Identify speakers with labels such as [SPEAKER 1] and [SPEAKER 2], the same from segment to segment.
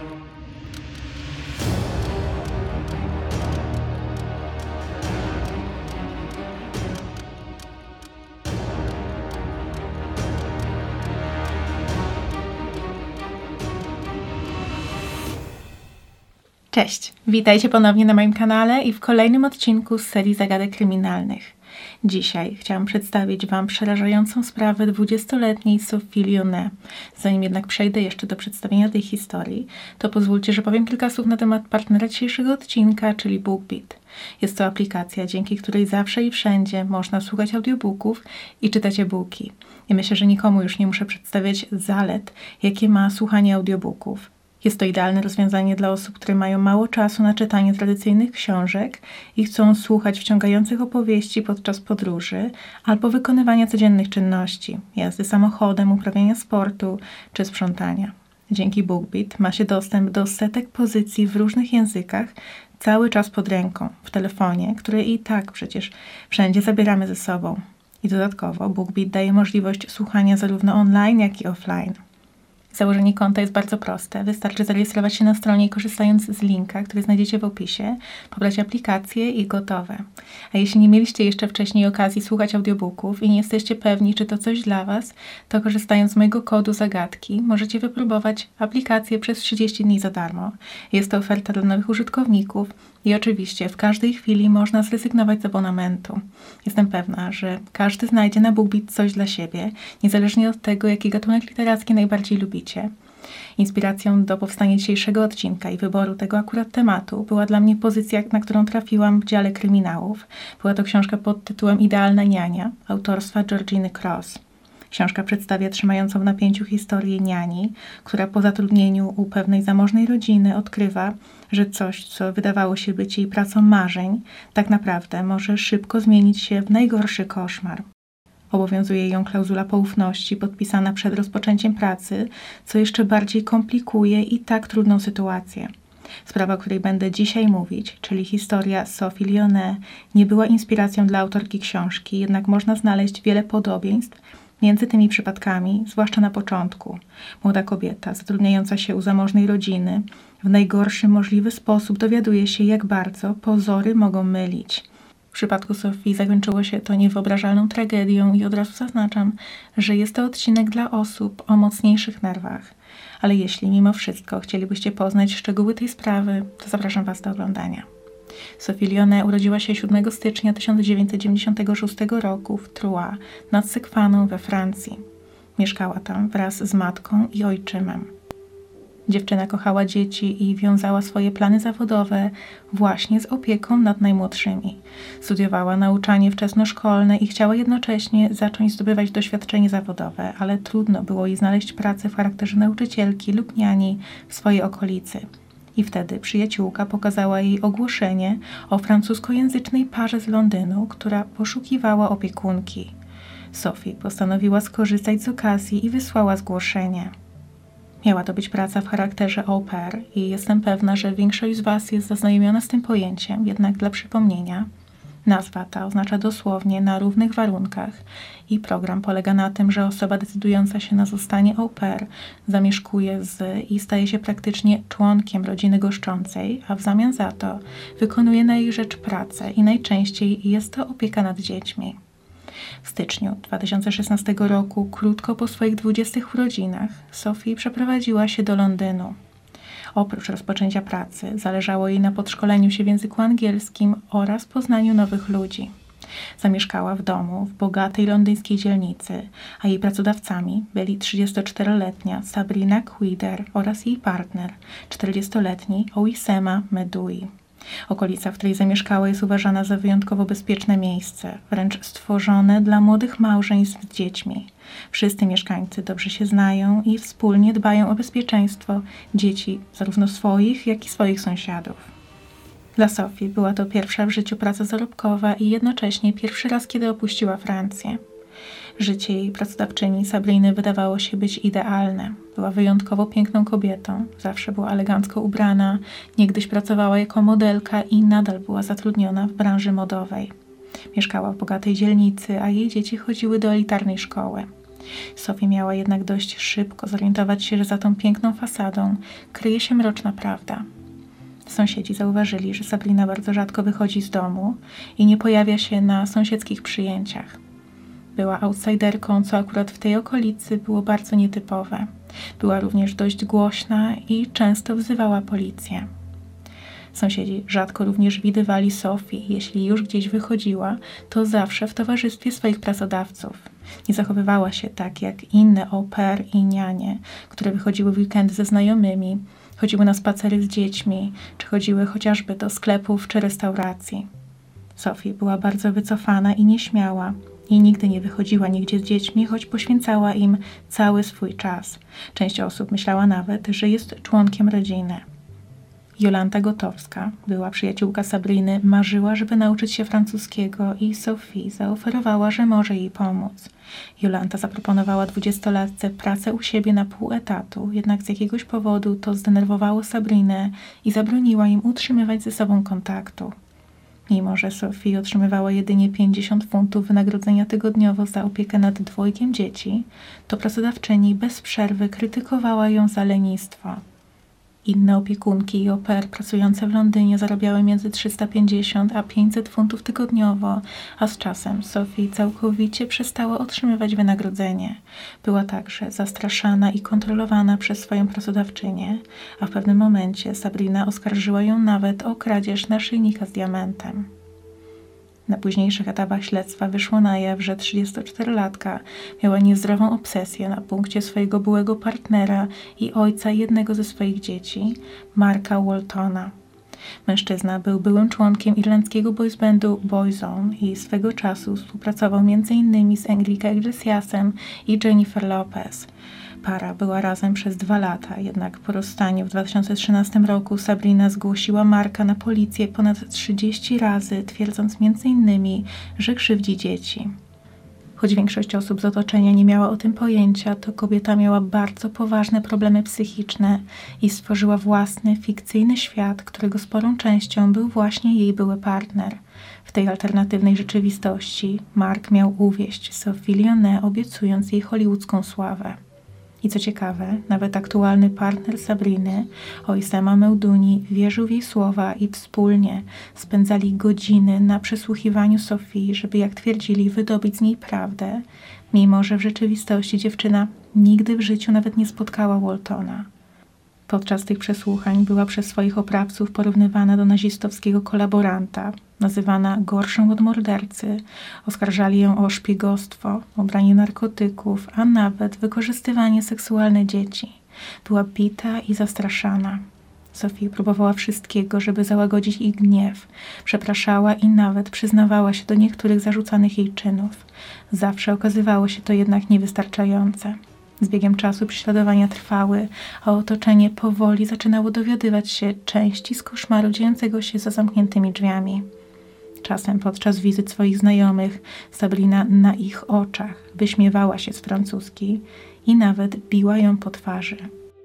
[SPEAKER 1] Cześć, witajcie ponownie na moim kanale i w kolejnym odcinku z serii zagadek kryminalnych. Dzisiaj chciałam przedstawić Wam przerażającą sprawę 20-letniej Sophie Lyonnais. Zanim jednak przejdę jeszcze do przedstawienia tej historii, to pozwólcie, że powiem kilka słów na temat partnera dzisiejszego odcinka, czyli BookBeat. Jest to aplikacja, dzięki której zawsze i wszędzie można słuchać audiobooków i czytać e-booki. I myślę, że nikomu już nie muszę przedstawiać zalet, jakie ma słuchanie audiobooków. Jest to idealne rozwiązanie dla osób, które mają mało czasu na czytanie tradycyjnych książek i chcą słuchać wciągających opowieści podczas podróży albo wykonywania codziennych czynności, jazdy samochodem, uprawiania sportu czy sprzątania. Dzięki BookBeat ma się dostęp do setek pozycji w różnych językach cały czas pod ręką, w telefonie, który i tak przecież wszędzie zabieramy ze sobą. I dodatkowo BookBeat daje możliwość słuchania zarówno online, jak i offline. Założenie konta jest bardzo proste. Wystarczy zarejestrować się na stronie, korzystając z linka, który znajdziecie w opisie, pobrać aplikację i gotowe. A jeśli nie mieliście jeszcze wcześniej okazji słuchać audiobooków i nie jesteście pewni, czy to coś dla Was, to korzystając z mojego kodu zagadki możecie wypróbować aplikację przez 30 dni za darmo. Jest to oferta dla nowych użytkowników i oczywiście w każdej chwili można zrezygnować z abonamentu. Jestem pewna, że każdy znajdzie na BookBeat coś dla siebie, niezależnie od tego, jaki gatunek literacki najbardziej lubicie. Inspiracją do powstania dzisiejszego odcinka i wyboru tego akurat tematu była dla mnie pozycja, na którą trafiłam w dziale kryminałów. Była to książka pod tytułem Idealna niania autorstwa Georginy Cross. Książka przedstawia trzymającą w napięciu historię niani, która po zatrudnieniu u pewnej zamożnej rodziny odkrywa, że coś, co wydawało się być jej pracą marzeń, tak naprawdę może szybko zmienić się w najgorszy koszmar. Obowiązuje ją klauzula poufności podpisana przed rozpoczęciem pracy, co jeszcze bardziej komplikuje i tak trudną sytuację. Sprawa, o której będę dzisiaj mówić, czyli historia Sophie Lyonnais, nie była inspiracją dla autorki książki, jednak można znaleźć wiele podobieństw między tymi przypadkami, zwłaszcza na początku. Młoda kobieta, zatrudniająca się u zamożnej rodziny, w najgorszy możliwy sposób dowiaduje się, jak bardzo pozory mogą mylić. W przypadku Sophie zakończyło się to niewyobrażalną tragedią i od razu zaznaczam, że jest to odcinek dla osób o mocniejszych nerwach. Ale jeśli mimo wszystko chcielibyście poznać szczegóły tej sprawy, to zapraszam Was do oglądania. Sophie Lyonnais urodziła się 7 stycznia 1996 roku w Troyes nad Sekwaną we Francji. Mieszkała tam wraz z matką i ojczymem. Dziewczyna kochała dzieci i wiązała swoje plany zawodowe właśnie z opieką nad najmłodszymi. Studiowała nauczanie wczesnoszkolne i chciała jednocześnie zacząć zdobywać doświadczenie zawodowe, ale trudno było jej znaleźć pracę w charakterze nauczycielki lub niani w swojej okolicy. I wtedy przyjaciółka pokazała jej ogłoszenie o francuskojęzycznej parze z Londynu, która poszukiwała opiekunki. Sophie postanowiła skorzystać z okazji i wysłała zgłoszenie. Miała to być praca w charakterze au pair i jestem pewna, że większość z Was jest zaznajomiona z tym pojęciem, jednak dla przypomnienia, nazwa ta oznacza dosłownie na równych warunkach i program polega na tym, że osoba decydująca się na zostanie au pair zamieszkuje i staje się praktycznie członkiem rodziny goszczącej, a w zamian za to wykonuje na jej rzecz pracę i najczęściej jest to opieka nad dziećmi. W styczniu 2016 roku, krótko po swoich 20 urodzinach, Sophie przeprowadziła się do Londynu. Oprócz rozpoczęcia pracy, zależało jej na podszkoleniu się w języku angielskim oraz poznaniu nowych ludzi. Zamieszkała w domu w bogatej londyńskiej dzielnicy, a jej pracodawcami byli 34-letnia Sabrina Quider oraz jej partner, 40-letni Ouissema Medoui. Okolica, w której zamieszkała, jest uważana za wyjątkowo bezpieczne miejsce, wręcz stworzone dla młodych małżeństw z dziećmi. Wszyscy mieszkańcy dobrze się znają i wspólnie dbają o bezpieczeństwo dzieci, zarówno swoich, jak i swoich sąsiadów. Dla Sophie była to pierwsza w życiu praca zarobkowa i jednocześnie pierwszy raz, kiedy opuściła Francję. Życie jej pracodawczyni Sabriny wydawało się być idealne. Była wyjątkowo piękną kobietą, zawsze była elegancko ubrana, niegdyś pracowała jako modelka i nadal była zatrudniona w branży modowej. Mieszkała w bogatej dzielnicy, a jej dzieci chodziły do elitarnej szkoły. Sophie miała jednak dość szybko zorientować się, że za tą piękną fasadą kryje się mroczna prawda. Sąsiedzi zauważyli, że Sabrina bardzo rzadko wychodzi z domu i nie pojawia się na sąsiedzkich przyjęciach. Była outsiderką, co akurat w tej okolicy było bardzo nietypowe. Była również dość głośna i często wzywała policję. Sąsiedzi rzadko również widywali Sophie. Jeśli już gdzieś wychodziła, to zawsze w towarzystwie swoich pracodawców. Nie zachowywała się tak jak inne au pair i nianie, które wychodziły w weekendy ze znajomymi, chodziły na spacery z dziećmi, czy chodziły chociażby do sklepów czy restauracji. Sophie była bardzo wycofana i nieśmiała i nigdy nie wychodziła nigdzie z dziećmi, choć poświęcała im cały swój czas. Część osób myślała nawet, że jest członkiem rodziny. Jolanta Gotowska, była przyjaciółka Sabriny, marzyła, żeby nauczyć się francuskiego i Sophie zaoferowała, że może jej pomóc. Jolanta zaproponowała 20-latce pracę u siebie na pół etatu, jednak z jakiegoś powodu to zdenerwowało Sabrinę i zabroniła im utrzymywać ze sobą kontaktu. Mimo że Sophie otrzymywała jedynie 50 funtów wynagrodzenia tygodniowo za opiekę nad 2 dzieci, to pracodawczyni bez przerwy krytykowała ją za lenistwo. Inne opiekunki i au pair pracujące w Londynie zarabiały między 350 a 500 funtów tygodniowo, a z czasem Sophie całkowicie przestała otrzymywać wynagrodzenie. Była także zastraszana i kontrolowana przez swoją pracodawczynię, a w pewnym momencie Sabrina oskarżyła ją nawet o kradzież naszyjnika z diamentem. Na późniejszych etapach śledztwa wyszło na jaw, że 34-latka miała niezdrową obsesję na punkcie swojego byłego partnera i ojca jednego ze swoich dzieci, Marka Waltona. Mężczyzna był byłym członkiem irlandzkiego boys bandu Boyzone i swego czasu współpracował m.in. z Enrique Iglesiasem i Jennifer Lopez. Para była razem przez 2 lata, jednak po rozstaniu w 2013 roku Sabrina zgłosiła Marka na policję ponad 30 razy, twierdząc m.in., że krzywdzi dzieci. Choć większość osób z otoczenia nie miała o tym pojęcia, to kobieta miała bardzo poważne problemy psychiczne i stworzyła własny, fikcyjny świat, którego sporą częścią był właśnie jej były partner. W tej alternatywnej rzeczywistości Mark miał uwieść Sophie Lyonet, obiecując jej hollywoodzką sławę. I co ciekawe, nawet aktualny partner Sabriny, Oysama Meuduni, wierzył w jej słowa i wspólnie spędzali godziny na przesłuchiwaniu Sophie, żeby, jak twierdzili, wydobyć z niej prawdę, mimo że w rzeczywistości dziewczyna nigdy w życiu nawet nie spotkała Waltona. Podczas tych przesłuchań była przez swoich oprawców porównywana do nazistowskiego kolaboranta, nazywana gorszą od mordercy, oskarżali ją o szpiegostwo, o branie narkotyków, a nawet wykorzystywanie seksualne dzieci. Była bita i zastraszana. Sophie próbowała wszystkiego, żeby załagodzić ich gniew. Przepraszała i nawet przyznawała się do niektórych zarzucanych jej czynów. Zawsze okazywało się to jednak niewystarczające. Z biegiem czasu prześladowania trwały, a otoczenie powoli zaczynało dowiadywać się części z koszmaru dziejącego się za zamkniętymi drzwiami. Czasem podczas wizyt swoich znajomych Sabrina na ich oczach wyśmiewała się z francuskiej i nawet biła ją po twarzy.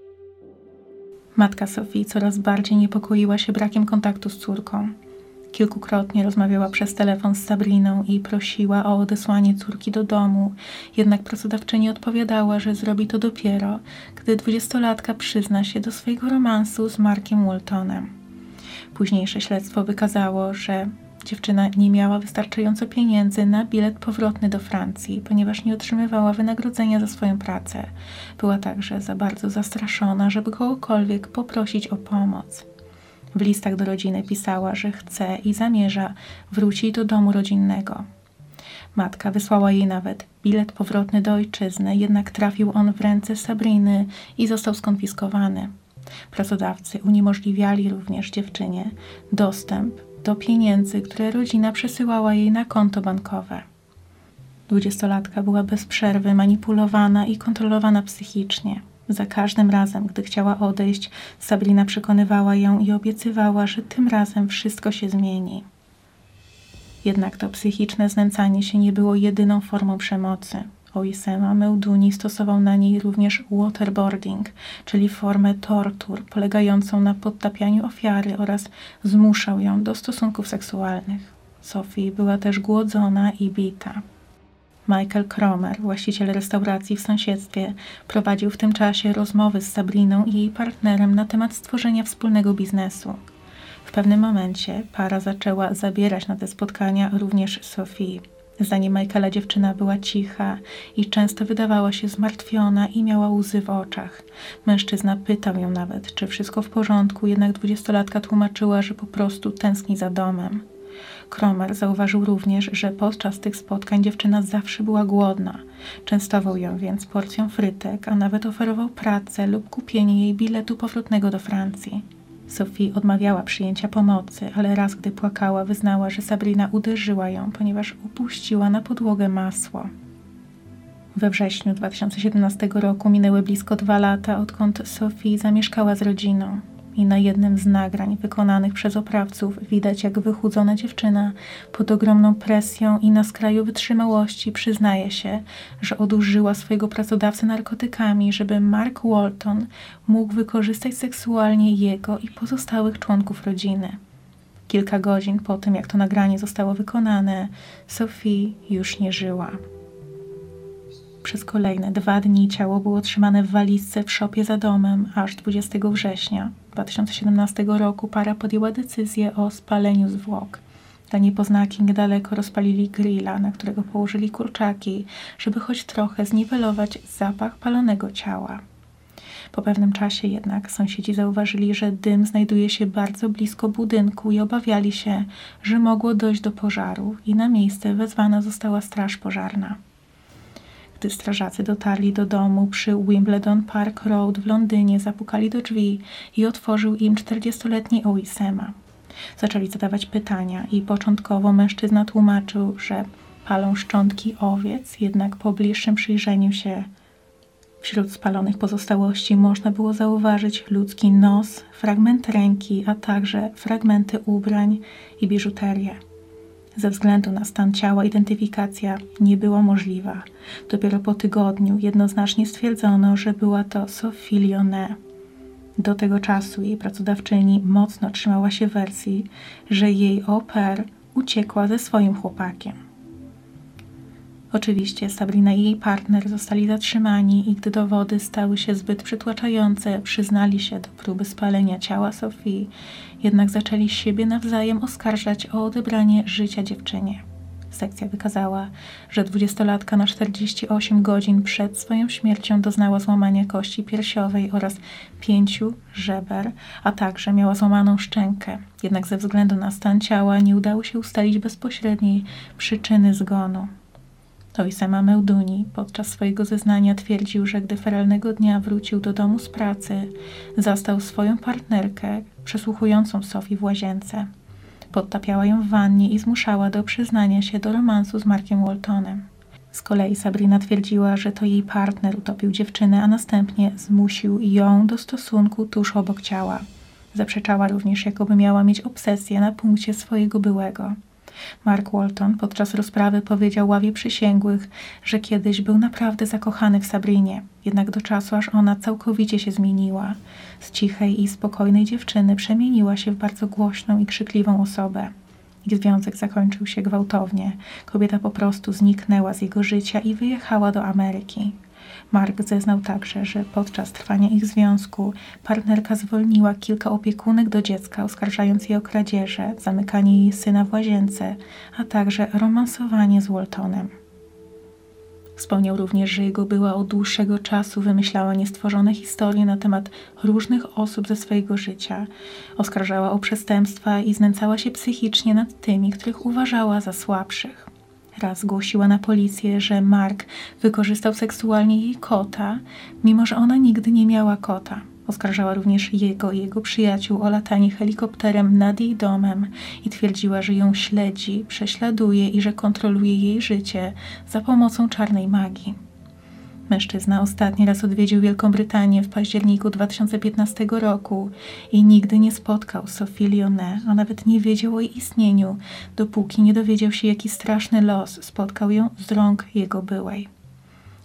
[SPEAKER 1] Matka Sophie coraz bardziej niepokoiła się brakiem kontaktu z córką. Kilkukrotnie rozmawiała przez telefon z Sabriną i prosiła o odesłanie córki do domu, jednak pracodawczyni odpowiadała, że zrobi to dopiero, gdy 20-latka przyzna się do swojego romansu z Markiem Waltonem. Późniejsze śledztwo wykazało, że dziewczyna nie miała wystarczająco pieniędzy na bilet powrotny do Francji, ponieważ nie otrzymywała wynagrodzenia za swoją pracę. Była także za bardzo zastraszona, żeby kogokolwiek poprosić o pomoc. W listach do rodziny pisała, że chce i zamierza wrócić do domu rodzinnego. Matka wysłała jej nawet bilet powrotny do ojczyzny, jednak trafił on w ręce Sabriny i został skonfiskowany. Pracodawcy uniemożliwiali również dziewczynie dostęp do pieniędzy, które rodzina przesyłała jej na konto bankowe. 20-latka była bez przerwy manipulowana i kontrolowana psychicznie. Za każdym razem, gdy chciała odejść, Sabrina przekonywała ją i obiecywała, że tym razem wszystko się zmieni. Jednak to psychiczne znęcanie się nie było jedyną formą przemocy. Oysama Meuduni stosował na niej również waterboarding, czyli formę tortur polegającą na podtapianiu ofiary oraz zmuszał ją do stosunków seksualnych. Sophie była też głodzona i bita. Michael Cromer, właściciel restauracji w sąsiedztwie, prowadził w tym czasie rozmowy z Sabriną i jej partnerem na temat stworzenia wspólnego biznesu. W pewnym momencie para zaczęła zabierać na te spotkania również Sophie. Zdaniem Michaela dziewczyna była cicha i często wydawała się zmartwiona i miała łzy w oczach. Mężczyzna pytał ją nawet, czy wszystko w porządku, jednak 20-latka tłumaczyła, że po prostu tęskni za domem. Cromer zauważył również, że podczas tych spotkań dziewczyna zawsze była głodna. Częstował ją więc porcją frytek, a nawet oferował pracę lub kupienie jej biletu powrotnego do Francji. Sophie odmawiała przyjęcia pomocy, ale raz, gdy płakała, wyznała, że Sabrina uderzyła ją, ponieważ upuściła na podłogę masło. We wrześniu 2017 roku minęły blisko 2 lata, odkąd Sophie zamieszkała z rodziną. I na jednym z nagrań wykonanych przez oprawców widać, jak wychudzona dziewczyna pod ogromną presją i na skraju wytrzymałości przyznaje się, że odużyła swojego pracodawcy narkotykami, żeby Mark Walton mógł wykorzystać seksualnie jego i pozostałych członków rodziny. Kilka godzin po tym, jak to nagranie zostało wykonane, Sophie już nie żyła. Przez kolejne 2 dni ciało było trzymane w walizce w szopie za domem, aż 20 września 2017 roku para podjęła decyzję o spaleniu zwłok. Dla niepoznaki niedaleko rozpalili grilla, na którego położyli kurczaki, żeby choć trochę zniwelować zapach palonego ciała. Po pewnym czasie jednak sąsiedzi zauważyli, że dym znajduje się bardzo blisko budynku i obawiali się, że mogło dojść do pożaru i na miejsce wezwana została straż pożarna. Gdy strażacy dotarli do domu przy Wimbledon Park Road w Londynie, zapukali do drzwi i otworzył im 40-letni Ouissema. Zaczęli zadawać pytania i początkowo mężczyzna tłumaczył, że palą szczątki owiec, jednak po bliższym przyjrzeniu się wśród spalonych pozostałości można było zauważyć ludzki nos, fragment ręki, a także fragmenty ubrań i biżuterię. Ze względu na stan ciała identyfikacja nie była możliwa. Dopiero po tygodniu jednoznacznie stwierdzono, że była to Sophie Lionet. Do tego czasu jej pracodawczyni mocno trzymała się wersji, że jej au pair uciekła ze swoim chłopakiem. Oczywiście Sabrina i jej partner zostali zatrzymani i gdy dowody stały się zbyt przytłaczające, przyznali się do próby spalenia ciała Sophie, jednak zaczęli siebie nawzajem oskarżać o odebranie życia dziewczynie. Sekcja wykazała, że 20-latka na 48 godzin przed swoją śmiercią doznała złamania kości piersiowej oraz 5 żeber, a także miała złamaną szczękę. Jednak ze względu na stan ciała nie udało się ustalić bezpośredniej przyczyny zgonu. Ouissema Meuduni podczas swojego zeznania twierdził, że gdy feralnego dnia wrócił do domu z pracy, zastał swoją partnerkę przesłuchującą Sophie w łazience. Podtapiała ją w wannie i zmuszała do przyznania się do romansu z Markiem Waltonem. Z kolei Sabrina twierdziła, że to jej partner utopił dziewczynę, a następnie zmusił ją do stosunku tuż obok ciała. Zaprzeczała również, jakoby miała mieć obsesję na punkcie swojego byłego. Mark Walton podczas rozprawy powiedział ławie przysięgłych, że kiedyś był naprawdę zakochany w Sabrinie, jednak do czasu, aż ona całkowicie się zmieniła. Z cichej i spokojnej dziewczyny przemieniła się w bardzo głośną i krzykliwą osobę. Ich związek zakończył się gwałtownie. Kobieta po prostu zniknęła z jego życia i wyjechała do Ameryki. Mark zeznał także, że podczas trwania ich związku partnerka zwolniła kilka opiekunek do dziecka, oskarżając je o kradzieże, zamykanie jej syna w łazience, a także romansowanie z Waltonem. Wspomniał również, że jego była od dłuższego czasu wymyślała niestworzone historie na temat różnych osób ze swojego życia. Oskarżała o przestępstwa i znęcała się psychicznie nad tymi, których uważała za słabszych. Raz zgłosiła na policję, że Mark wykorzystał seksualnie jej kota, mimo że ona nigdy nie miała kota. Oskarżała również jego przyjaciół o latanie helikopterem nad jej domem i twierdziła, że ją śledzi, prześladuje i że kontroluje jej życie za pomocą czarnej magii. Mężczyzna ostatni raz odwiedził Wielką Brytanię w październiku 2015 roku i nigdy nie spotkał Sophie Lionet, a nawet nie wiedział o jej istnieniu, dopóki nie dowiedział się, jaki straszny los spotkał ją z rąk jego byłej.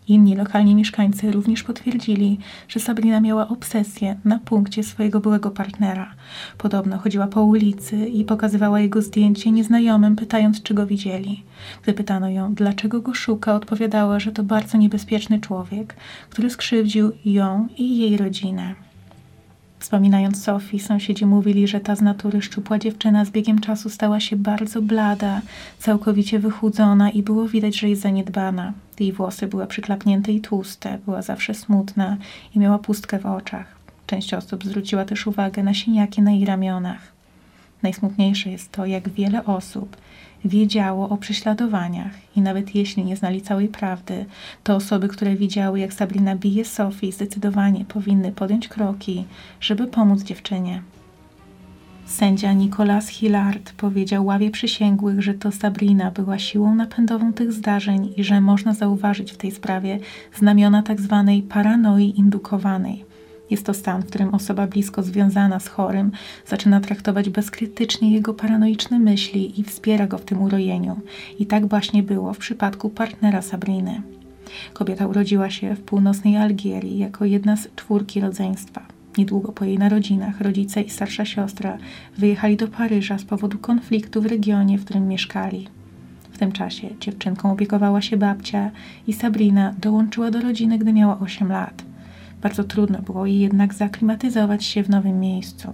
[SPEAKER 1] Inni lokalni mieszkańcy również potwierdzili, że Sabrina miała obsesję na punkcie swojego byłego partnera. Podobno chodziła po ulicy i pokazywała jego zdjęcie nieznajomym, pytając, czy go widzieli. Gdy pytano ją, dlaczego go szuka, odpowiadała, że to bardzo niebezpieczny człowiek, który skrzywdził ją i jej rodzinę. Wspominając Sophie, sąsiedzi mówili, że ta z natury szczupła dziewczyna z biegiem czasu stała się bardzo blada, całkowicie wychudzona i było widać, że jest zaniedbana. Jej włosy były przyklapnięte i tłuste, była zawsze smutna i miała pustkę w oczach. Część osób zwróciła też uwagę na siniaki na jej ramionach. Najsmutniejsze jest to, jak wiele osób wiedziało o prześladowaniach i nawet jeśli nie znali całej prawdy, to osoby, które widziały, jak Sabrina bije Sophie, zdecydowanie powinny podjąć kroki, żeby pomóc dziewczynie. Sędzia Nicolas Hillard powiedział ławie przysięgłych, że to Sabrina była siłą napędową tych zdarzeń i że można zauważyć w tej sprawie znamiona tzw. paranoi indukowanej. Jest to stan, w którym osoba blisko związana z chorym zaczyna traktować bezkrytycznie jego paranoiczne myśli i wspiera go w tym urojeniu. I tak właśnie było w przypadku partnera Sabriny. Kobieta urodziła się w północnej Algierii jako jedna z 4 rodzeństwa. Niedługo po jej narodzinach rodzice i starsza siostra wyjechali do Paryża z powodu konfliktu w regionie, w którym mieszkali. W tym czasie dziewczynką opiekowała się babcia i Sabrina dołączyła do rodziny, gdy miała 8 lat. Bardzo trudno było jej jednak zaklimatyzować się w nowym miejscu.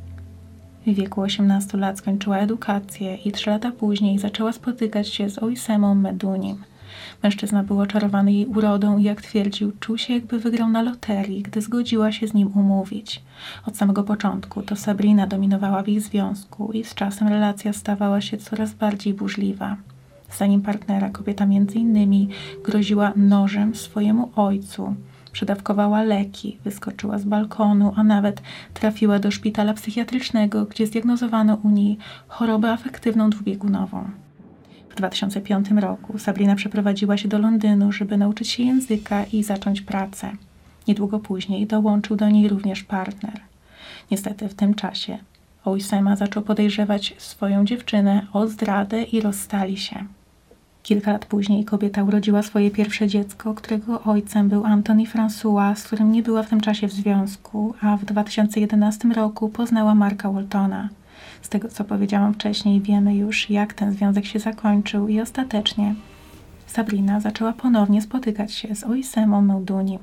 [SPEAKER 1] W wieku 18 lat skończyła edukację i 3 lata później zaczęła spotykać się z Ouissemą Medunim. Mężczyzna był oczarowany jej urodą i, jak twierdził, czuł się, jakby wygrał na loterii, gdy zgodziła się z nim umówić. Od samego początku to Sabrina dominowała w ich związku i z czasem relacja stawała się coraz bardziej burzliwa. Zdaniem partnera kobieta m.in. groziła nożem swojemu ojcu, przedawkowała leki, wyskoczyła z balkonu, a nawet trafiła do szpitala psychiatrycznego, gdzie zdiagnozowano u niej chorobę afektywną dwubiegunową. W 2005 roku Sabrina przeprowadziła się do Londynu, żeby nauczyć się języka i zacząć pracę. Niedługo później dołączył do niej również partner. Niestety w tym czasie Ouissema zaczął podejrzewać swoją dziewczynę o zdradę i rozstali się. Kilka lat później kobieta urodziła swoje pierwsze dziecko, którego ojcem był Anthony François, z którym nie była w tym czasie w związku, a w 2011 roku poznała Marka Waltona. Z tego, co powiedziałam wcześniej, wiemy już, jak ten związek się zakończył i ostatecznie Sabrina zaczęła ponownie spotykać się z Ouissemą Medunim.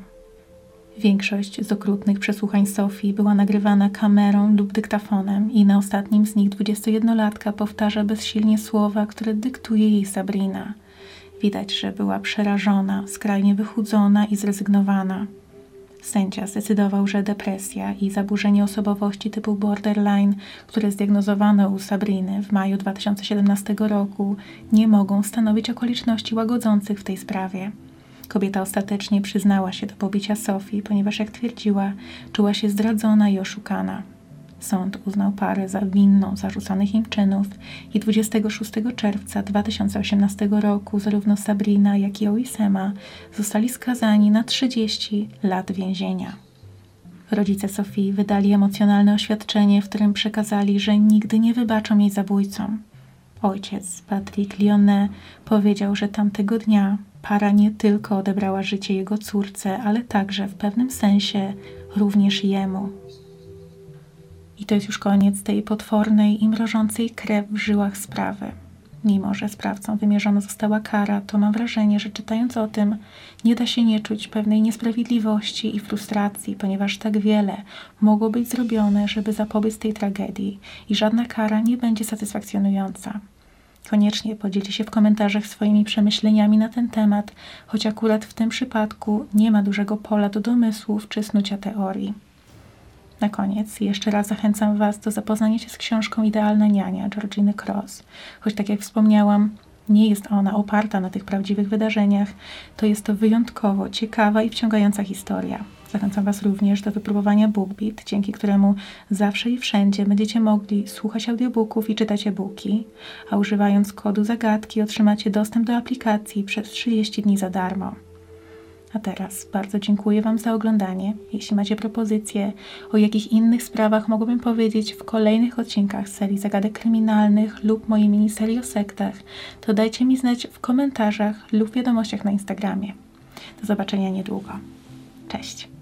[SPEAKER 1] Większość z okrutnych przesłuchań Sophie była nagrywana kamerą lub dyktafonem i na ostatnim z nich 21-latka powtarza bezsilnie słowa, które dyktuje jej Sabrina. Widać, że była przerażona, skrajnie wychudzona i zrezygnowana. Sędzia zdecydował, że depresja i zaburzenie osobowości typu borderline, które zdiagnozowano u Sabriny w maju 2017 roku, nie mogą stanowić okoliczności łagodzących w tej sprawie. Kobieta ostatecznie przyznała się do pobicia Sophie, ponieważ, jak twierdziła, czuła się zdradzona i oszukana. Sąd uznał parę za winną zarzuconych im czynów i 26 czerwca 2018 roku zarówno Sabrina, jak i Ouissema zostali skazani na 30 lat więzienia. Rodzice Sophie wydali emocjonalne oświadczenie, w którym przekazali, że nigdy nie wybaczą jej zabójcom. Ojciec, Patrick Lyonnais, powiedział, że tamtego dnia para nie tylko odebrała życie jego córce, ale także w pewnym sensie również jemu. I to jest już koniec tej potwornej i mrożącej krew w żyłach sprawy. Mimo że sprawcom wymierzona została kara, to mam wrażenie, że czytając o tym nie da się nie czuć pewnej niesprawiedliwości i frustracji, ponieważ tak wiele mogło być zrobione, żeby zapobiec tej tragedii i żadna kara nie będzie satysfakcjonująca. Koniecznie podzielcie się w komentarzach swoimi przemyśleniami na ten temat, choć akurat w tym przypadku nie ma dużego pola do domysłów czy snucia teorii. Na koniec jeszcze raz zachęcam Was do zapoznania się z książką Idealna niania Georginy Cross. Choć tak jak wspomniałam, nie jest ona oparta na tych prawdziwych wydarzeniach, to jest to wyjątkowo ciekawa i wciągająca historia. Zachęcam Was również do wypróbowania BookBeat, dzięki któremu zawsze i wszędzie będziecie mogli słuchać audiobooków i czytać e-booki, a używając kodu zagadki otrzymacie dostęp do aplikacji przez 30 dni za darmo. A teraz bardzo dziękuję Wam za oglądanie. Jeśli macie propozycje, o jakich innych sprawach mogłabym powiedzieć w kolejnych odcinkach serii Zagadek Kryminalnych lub mojej miniserii o sektach, to dajcie mi znać w komentarzach lub wiadomościach na Instagramie. Do zobaczenia niedługo. Cześć!